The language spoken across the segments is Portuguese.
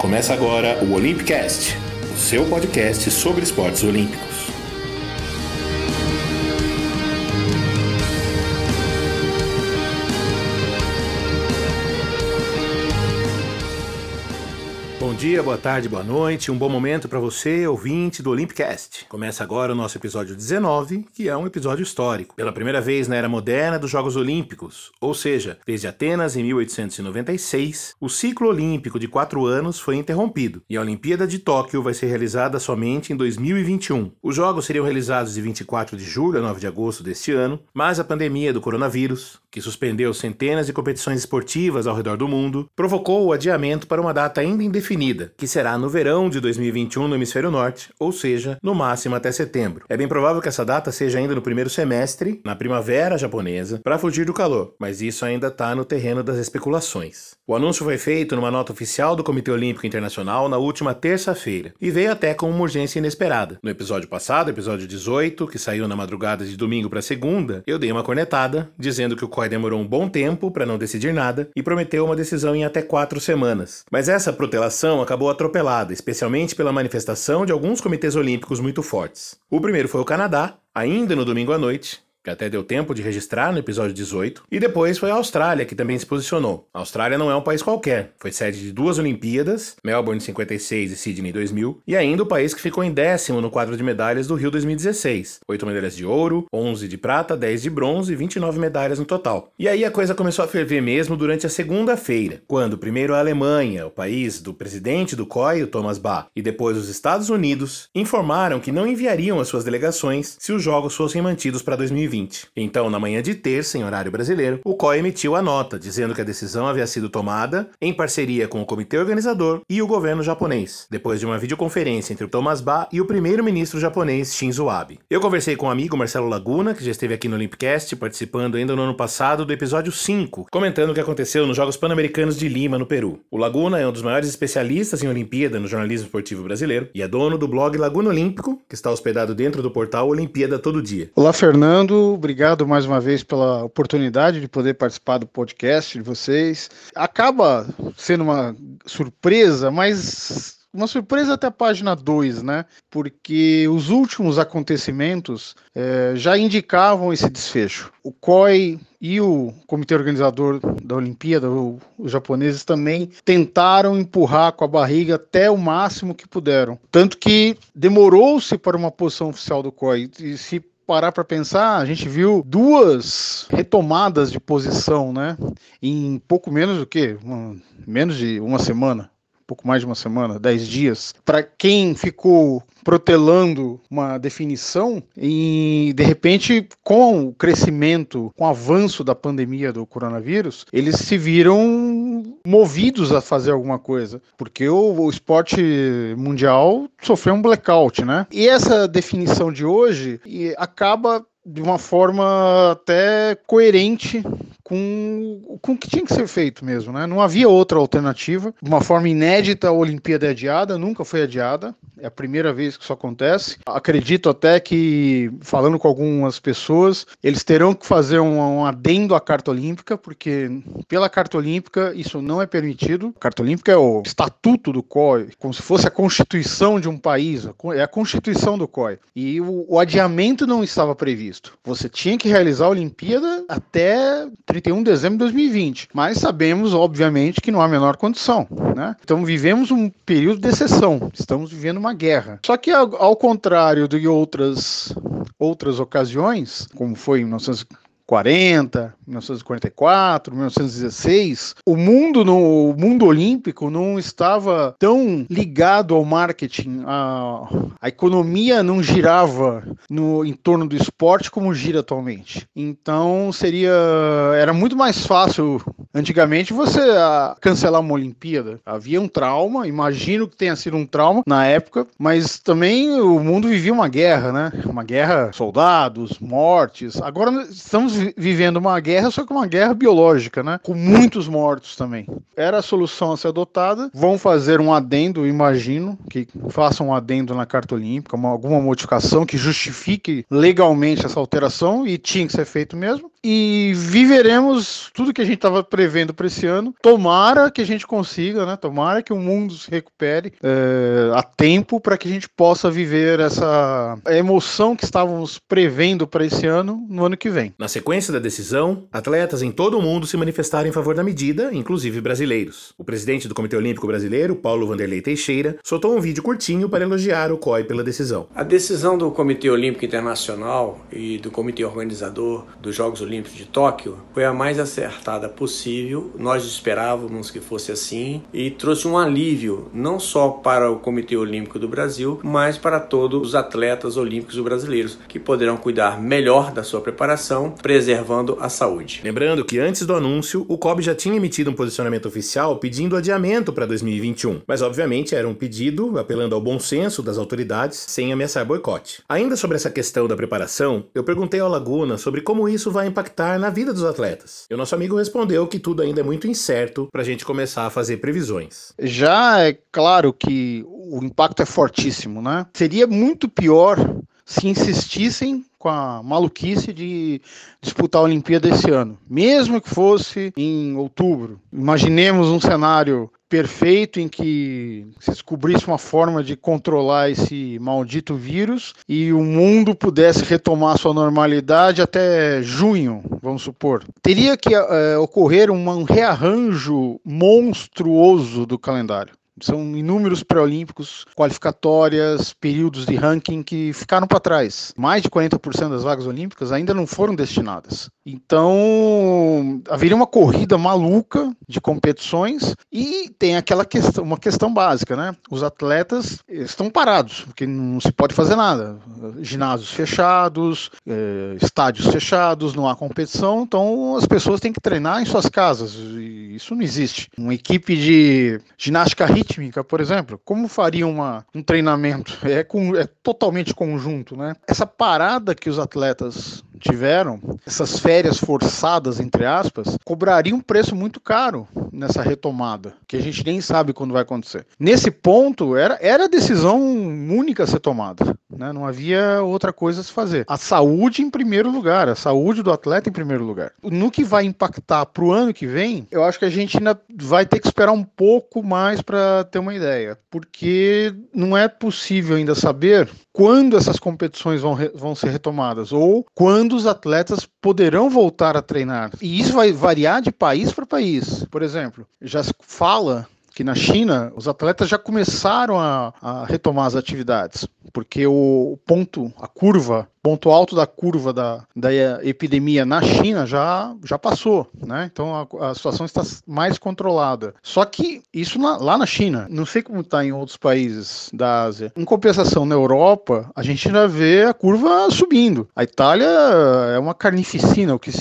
Começa agora o Olympicast, o seu podcast sobre esportes olímpicos. Bom dia, boa tarde, boa noite, um bom momento para você, ouvinte do Olympicast. Começa agora o nosso episódio 19, que é um episódio histórico. Pela primeira vez na era moderna dos Jogos Olímpicos, ou seja, desde Atenas em 1896, o ciclo olímpico de 4 anos foi interrompido e a Olimpíada de Tóquio vai ser realizada somente em 2021. Os Jogos seriam realizados de 24 de julho a 9 de agosto deste ano, mas a pandemia do coronavírus, que suspendeu centenas de competições esportivas ao redor do mundo, provocou o adiamento para uma data ainda indefinida, que será no verão de 2021 no hemisfério norte, ou seja, no máximo até setembro. É bem provável que essa data seja ainda no primeiro semestre, na primavera japonesa, para fugir do calor, mas isso ainda está no terreno das especulações. O anúncio foi feito numa nota oficial do Comitê Olímpico Internacional na última terça-feira, e veio até com uma urgência inesperada. No episódio passado, episódio 18, que saiu na madrugada de domingo para segunda, eu dei uma cornetada, dizendo que o COI demorou um bom tempo para não decidir nada e prometeu uma decisão em até 4 semanas. Mas essa protelação acabou atropelada, especialmente pela manifestação de alguns comitês olímpicos muito fortes. O primeiro foi o Canadá, ainda no domingo à noite, que até deu tempo de registrar no episódio 18, e depois foi a Austrália, que também se posicionou. A Austrália não é um país qualquer, foi sede de 2 Olimpíadas, Melbourne 56 e Sydney 2000, e ainda o país que ficou em 10º no quadro de medalhas do Rio 2016, 8 medalhas de ouro, 11 de prata, 10 de bronze e 29 medalhas no total. E aí a coisa começou a ferver mesmo durante a segunda-feira, quando primeiro a Alemanha, o país do presidente do COI, o Thomas Bach, e depois os Estados Unidos, informaram que não enviariam as suas delegações se os jogos fossem mantidos para 2020. Então, na manhã de terça, em horário brasileiro, o COI emitiu a nota, dizendo que a decisão havia sido tomada em parceria com o comitê organizador e o governo japonês, depois de uma videoconferência entre o Thomas Bach e o primeiro-ministro japonês Shinzo Abe. Eu conversei com o amigo Marcelo Laguna, que já esteve aqui no Olympicast, participando ainda no ano passado do episódio 5, comentando o que aconteceu nos Jogos Pan-Americanos de Lima, no Peru. O Laguna é um dos maiores especialistas em Olimpíada no jornalismo esportivo brasileiro e é dono do blog Laguna Olímpico, que está hospedado dentro do portal Olimpíada Todo Dia. Olá, Fernando. Obrigado mais uma vez pela oportunidade de poder participar do podcast de vocês. Acaba sendo uma surpresa, mas uma surpresa até a página 2, né? Porque os últimos acontecimentos já indicavam esse desfecho. O COI e o comitê organizador da Olimpíada, os japoneses, também tentaram empurrar com a barriga até o máximo que puderam. Tanto que demorou-se para uma posição oficial do COI. E se parar para pensar, a gente viu 2 retomadas de posição, né? Em pouco menos do que? Menos de uma semana. Pouco mais de uma semana, 10 dias. Para quem ficou protelando uma definição e, de repente, com o crescimento, com o avanço da pandemia do coronavírus, eles se viram movidos a fazer alguma coisa, porque o esporte mundial sofreu um blackout, né? E essa definição de hoje acaba de uma forma até coerente com o que tinha que ser feito mesmo, né? Não havia outra alternativa. De uma forma inédita, a Olimpíada é adiada, nunca foi adiada. É a primeira vez que isso acontece. Acredito até que, falando com algumas pessoas, eles terão que fazer um adendo à Carta Olímpica, porque pela Carta Olímpica isso não é permitido. A Carta Olímpica é o estatuto do COI, como se fosse a Constituição de um país. É a Constituição do COI. E o adiamento não estava previsto. Você tinha que realizar a Olimpíada até 31 de dezembro de 2020, mas sabemos, obviamente, que não há a menor condição, né? Então vivemos um período de exceção, estamos vivendo uma guerra. Só que ao contrário de outras ocasiões, como foi em 1940, 1944, 1916, o mundo olímpico não estava tão ligado ao marketing, a economia não girava em torno do esporte como gira atualmente. Então era muito mais fácil antigamente você cancelar uma Olimpíada. Havia um trauma, imagino que tenha sido um trauma na época, mas também o mundo vivia uma guerra, né? Uma guerra, soldados, mortes. Agora estamos vivendo uma guerra, só que uma guerra biológica, né? Com muitos mortos também. Era a solução a ser adotada. Vão fazer um adendo, imagino, que façam um adendo na Carta Olímpica, alguma modificação que justifique legalmente essa alteração, e tinha que ser feito mesmo. E viveremos tudo que a gente estava prevendo prevendo para esse ano. Tomara que a gente consiga, né? Tomara que o mundo se recupere a tempo para que a gente possa viver essa emoção que estávamos prevendo para esse ano, no ano que vem. Na sequência da decisão, atletas em todo o mundo se manifestaram em favor da medida, inclusive brasileiros. O presidente do Comitê Olímpico Brasileiro, Paulo Vanderlei Teixeira, soltou um vídeo curtinho para elogiar o COI pela decisão. A decisão do Comitê Olímpico Internacional e do Comitê Organizador dos Jogos Olímpicos de Tóquio foi a mais acertada possível. Nós esperávamos que fosse assim e trouxe um alívio não só para o Comitê Olímpico do Brasil, mas para todos os atletas olímpicos brasileiros, que poderão cuidar melhor da sua preparação, preservando a saúde. Lembrando que antes do anúncio, o COB já tinha emitido um posicionamento oficial pedindo adiamento para 2021, mas obviamente era um pedido apelando ao bom senso das autoridades, sem ameaçar boicote. Ainda sobre essa questão da preparação, eu perguntei ao Laguna sobre como isso vai impactar na vida dos atletas. E o nosso amigo respondeu que tudo ainda é muito incerto para a gente começar a fazer previsões. Já é claro que o impacto é fortíssimo, né? Seria muito pior se insistissem com a maluquice de disputar a Olimpíada esse ano, mesmo que fosse em outubro. Imaginemos um cenário perfeito em que se descobrisse uma forma de controlar esse maldito vírus e o mundo pudesse retomar sua normalidade até junho, vamos supor. Teria que ocorrer um rearranjo monstruoso do calendário. São inúmeros pré-olímpicos, qualificatórias, períodos de ranking que ficaram para trás. Mais de 40% das vagas olímpicas ainda não foram destinadas. Então, haveria uma corrida maluca de competições e tem aquela questão, uma questão básica, né? Os atletas estão parados, porque não se pode fazer nada. Ginásios fechados, estádios fechados, não há competição, então as pessoas têm que treinar em suas casas. E isso não existe. Uma equipe de ginástica rítmica, por exemplo, como faria um treinamento? É totalmente conjunto, né? Essa parada que os atletas tiveram, essas férias forçadas, entre aspas, cobrariam um preço muito caro nessa retomada, que a gente nem sabe quando vai acontecer. Nesse ponto, era a decisão única a ser tomada, né? Não havia outra coisa a se fazer. A saúde em primeiro lugar, a saúde do atleta em primeiro lugar. No que vai impactar para o ano que vem, eu acho que a gente ainda vai ter que esperar um pouco mais para ter uma ideia, porque não é possível ainda saber quando essas competições vão ser retomadas ou quando os atletas poderão voltar a treinar. E isso vai variar de país para país. Por exemplo, já se fala que na China os atletas já começaram a retomar as atividades, porque o ponto alto da curva da epidemia na China já passou, né? Então a situação está mais controlada. Só que isso lá na China, não sei como está em outros países da Ásia. Em compensação, na Europa, a gente ainda vê a curva subindo. A Itália é uma carnificina o que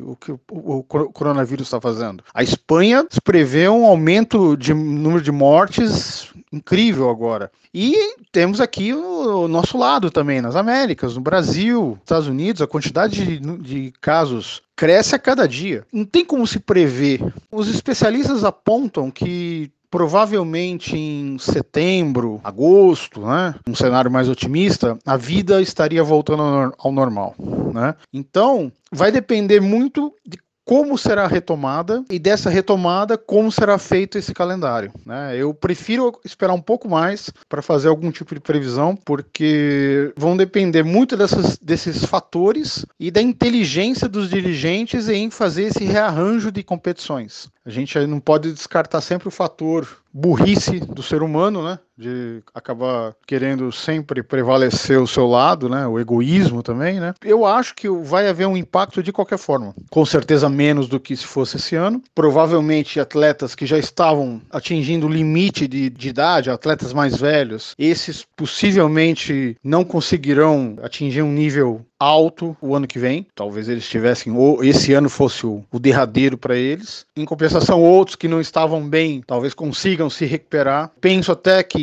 o coronavírus está fazendo. A Espanha se prevê um aumento de número de mortes incrível agora. E temos aqui o nosso lado também, nas Américas, no Brasil, Estados Unidos, a quantidade de casos cresce a cada dia. Não tem como se prever. Os especialistas apontam que provavelmente em setembro, agosto, né, um cenário mais otimista, a vida estaria voltando ao normal, né? Então, vai depender muito de como será a retomada e dessa retomada como será feito esse calendário, né? Eu prefiro esperar um pouco mais para fazer algum tipo de previsão, porque vão depender muito desses fatores e da inteligência dos dirigentes em fazer esse rearranjo de competições. A gente aí não pode descartar sempre o fator burrice do ser humano, né? De acabar querendo sempre prevalecer o seu lado, né? O egoísmo também, né? Eu acho que vai haver um impacto de qualquer forma. Com certeza menos do que se fosse esse ano. Provavelmente atletas que já estavam atingindo o limite de idade, atletas mais velhos, esses possivelmente não conseguirão atingir um nível alto o ano que vem. Talvez eles tivessem, ou esse ano fosse o derradeiro para eles. Em compensação, outros que não estavam bem, talvez consigam se recuperar. Penso até que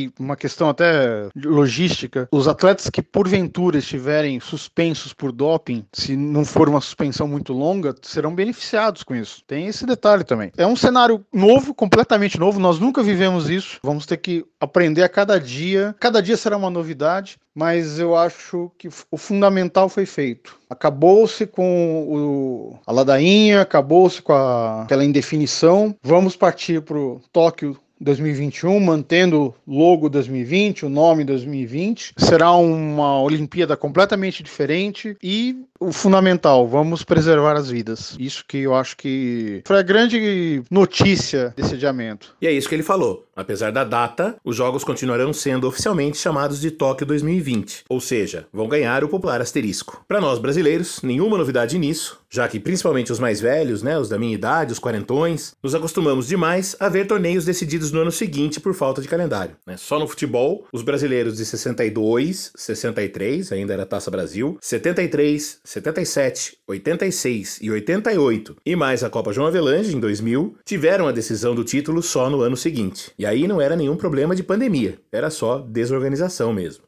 que, uma questão até logística, os atletas que porventura estiverem suspensos por doping, se não for uma suspensão muito longa, serão beneficiados com isso. Tem esse detalhe também. É um cenário novo, completamente novo, nós nunca vivemos isso, vamos ter que aprender a cada dia será uma novidade, mas eu acho que o fundamental foi feito. Acabou-se com a ladainha, acabou-se com aquela indefinição, vamos partir para o Tóquio 2021, mantendo o logo 2020, o nome 2020. Será uma Olimpíada completamente diferente e o fundamental, vamos preservar as vidas. Isso que eu acho que foi a grande notícia desse adiamento. E é isso que ele falou. Apesar da data, os jogos continuarão sendo oficialmente chamados de Tóquio 2020, ou seja, vão ganhar o popular asterisco. Para nós brasileiros, nenhuma novidade nisso, já que principalmente os mais velhos, os da minha idade, os quarentões, nos acostumamos demais a ver torneios decididos no ano seguinte por falta de calendário. Só no futebol, os brasileiros de 62, 63, ainda era Taça Brasil, 73, 77, 86 e 88, e mais a Copa João Avelange em 2000, tiveram a decisão do título só no ano seguinte. E aí não era nenhum problema de pandemia, era só desorganização mesmo.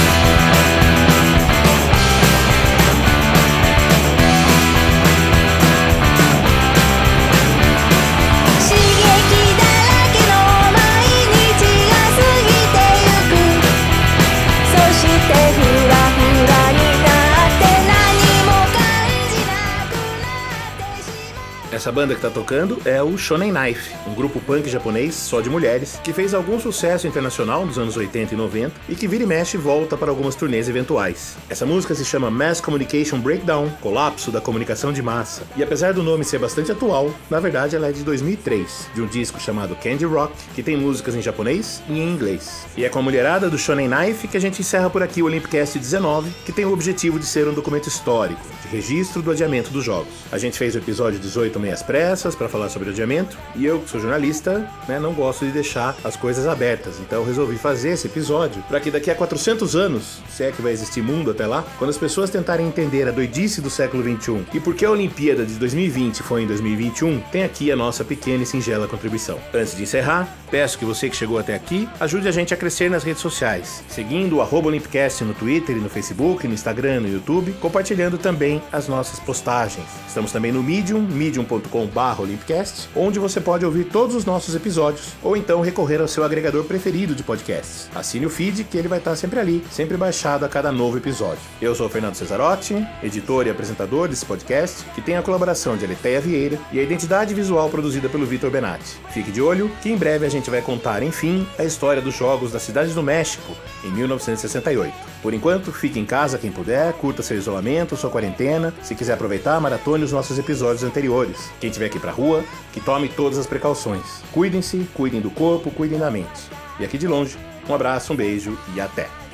Essa banda que tá tocando é o Shonen Knife, um grupo punk japonês só de mulheres, que fez algum sucesso internacional nos anos 80 e 90 e que vira e mexe volta para algumas turnês eventuais. Essa música se chama Mass Communication Breakdown, Colapso da Comunicação de Massa, e apesar do nome ser bastante atual, na verdade ela é de 2003, de um disco chamado Candy Rock, que tem músicas em japonês e em inglês. E é com a mulherada do Shonen Knife que a gente encerra por aqui o Olympicast 19, que tem o objetivo de ser um documento histórico, de registro do adiamento dos jogos. A gente fez o episódio 18 meio às pressas para falar sobre o adiamento, e eu, que sou jornalista, não gosto de deixar as coisas abertas, então eu resolvi fazer esse episódio para que daqui a 400 anos, se é que vai existir mundo até lá, quando as pessoas tentarem entender a doidice do século XXI e por que a Olimpíada de 2020 foi em 2021, tem aqui a nossa pequena e singela contribuição. Antes de encerrar, peço que você que chegou até aqui ajude a gente a crescer nas redes sociais, seguindo o @Olympicast no Twitter e no Facebook, no Instagram, no YouTube, compartilhando também as nossas postagens. Estamos também no Medium, medium.com/Olympicast, onde você pode ouvir todos os nossos episódios, ou então recorrer ao seu agregador preferido de podcasts. Assine o feed que ele vai estar sempre ali, sempre baixado a cada novo episódio. Eu sou o Fernando Cesarotti, editor e apresentador desse podcast, que tem a colaboração de Aletheia Vieira e a identidade visual produzida pelo Vitor Benatti. Fique de olho que em breve a gente vai contar, enfim, a história dos Jogos da Cidade do México, em 1968. Por enquanto, fique em casa quem puder, curta seu isolamento, sua quarentena. Se quiser aproveitar, maratone os nossos episódios anteriores. Quem tiver aqui pra rua, que tome todas as precauções. Cuidem-se, cuidem do corpo, cuidem da mente. E aqui de longe, um abraço, um beijo e até!